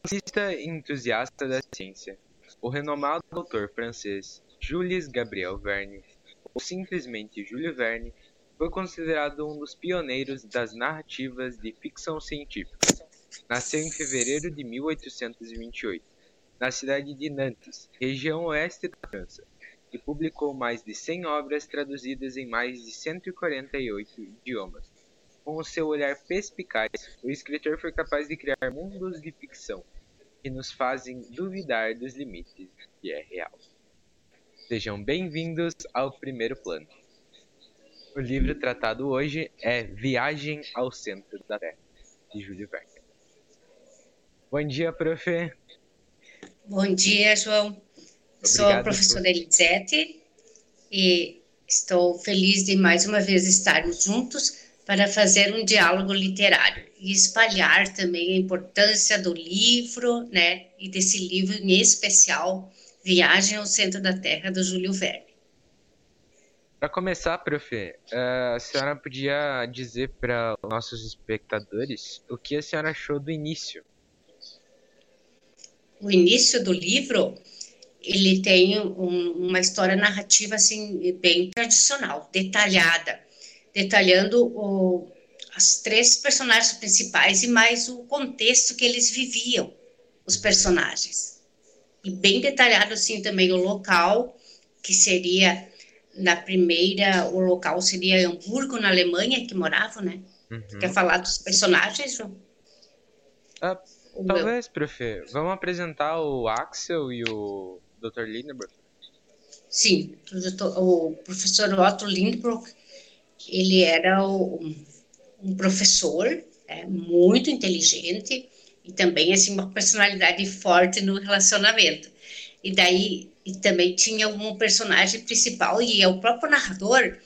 Cientista e entusiasta da ciência, o renomado autor francês Jules Gabriel Verne, ou simplesmente Júlio Verne, foi considerado um dos pioneiros das narrativas de ficção científica. Nasceu em fevereiro de 1828, na cidade de Nantes, região oeste da França, e publicou mais de 100 obras traduzidas em mais de 148 idiomas. Com o seu olhar perspicaz, o escritor foi capaz de criar mundos de ficção que nos fazem duvidar dos limites do que é real. Sejam bem-vindos ao Primeiro Plano. O livro tratado hoje é Viagem ao Centro da Terra, de Júlio Verne. Bom dia, prof. Bom dia, João. Sou a professora Elisete e estou feliz de mais uma vez estarmos juntos para fazer um diálogo literário e espalhar também a importância do livro, né, e desse livro em especial, Viagem ao Centro da Terra, do Júlio Verne. Para começar, prof, a senhora podia dizer para os nossos espectadores o que a senhora achou do início? O início do livro, ele tem uma história narrativa assim bem tradicional, detalhada, detalhando as três personagens principais e mais o contexto que eles viviam, os personagens. E bem detalhado assim também o local, que seria na primeira, o local seria Hamburgo, na Alemanha, que moravam, né? Uhum. Quer falar dos personagens, João? Talvez, prof. Vamos apresentar o Axel e o Dr. Lindenberg? Sim, o professor Otto Lindbergh, ele era um professor muito inteligente e também assim uma personalidade forte no relacionamento. E daí e também tinha um personagem principal e é o próprio narrador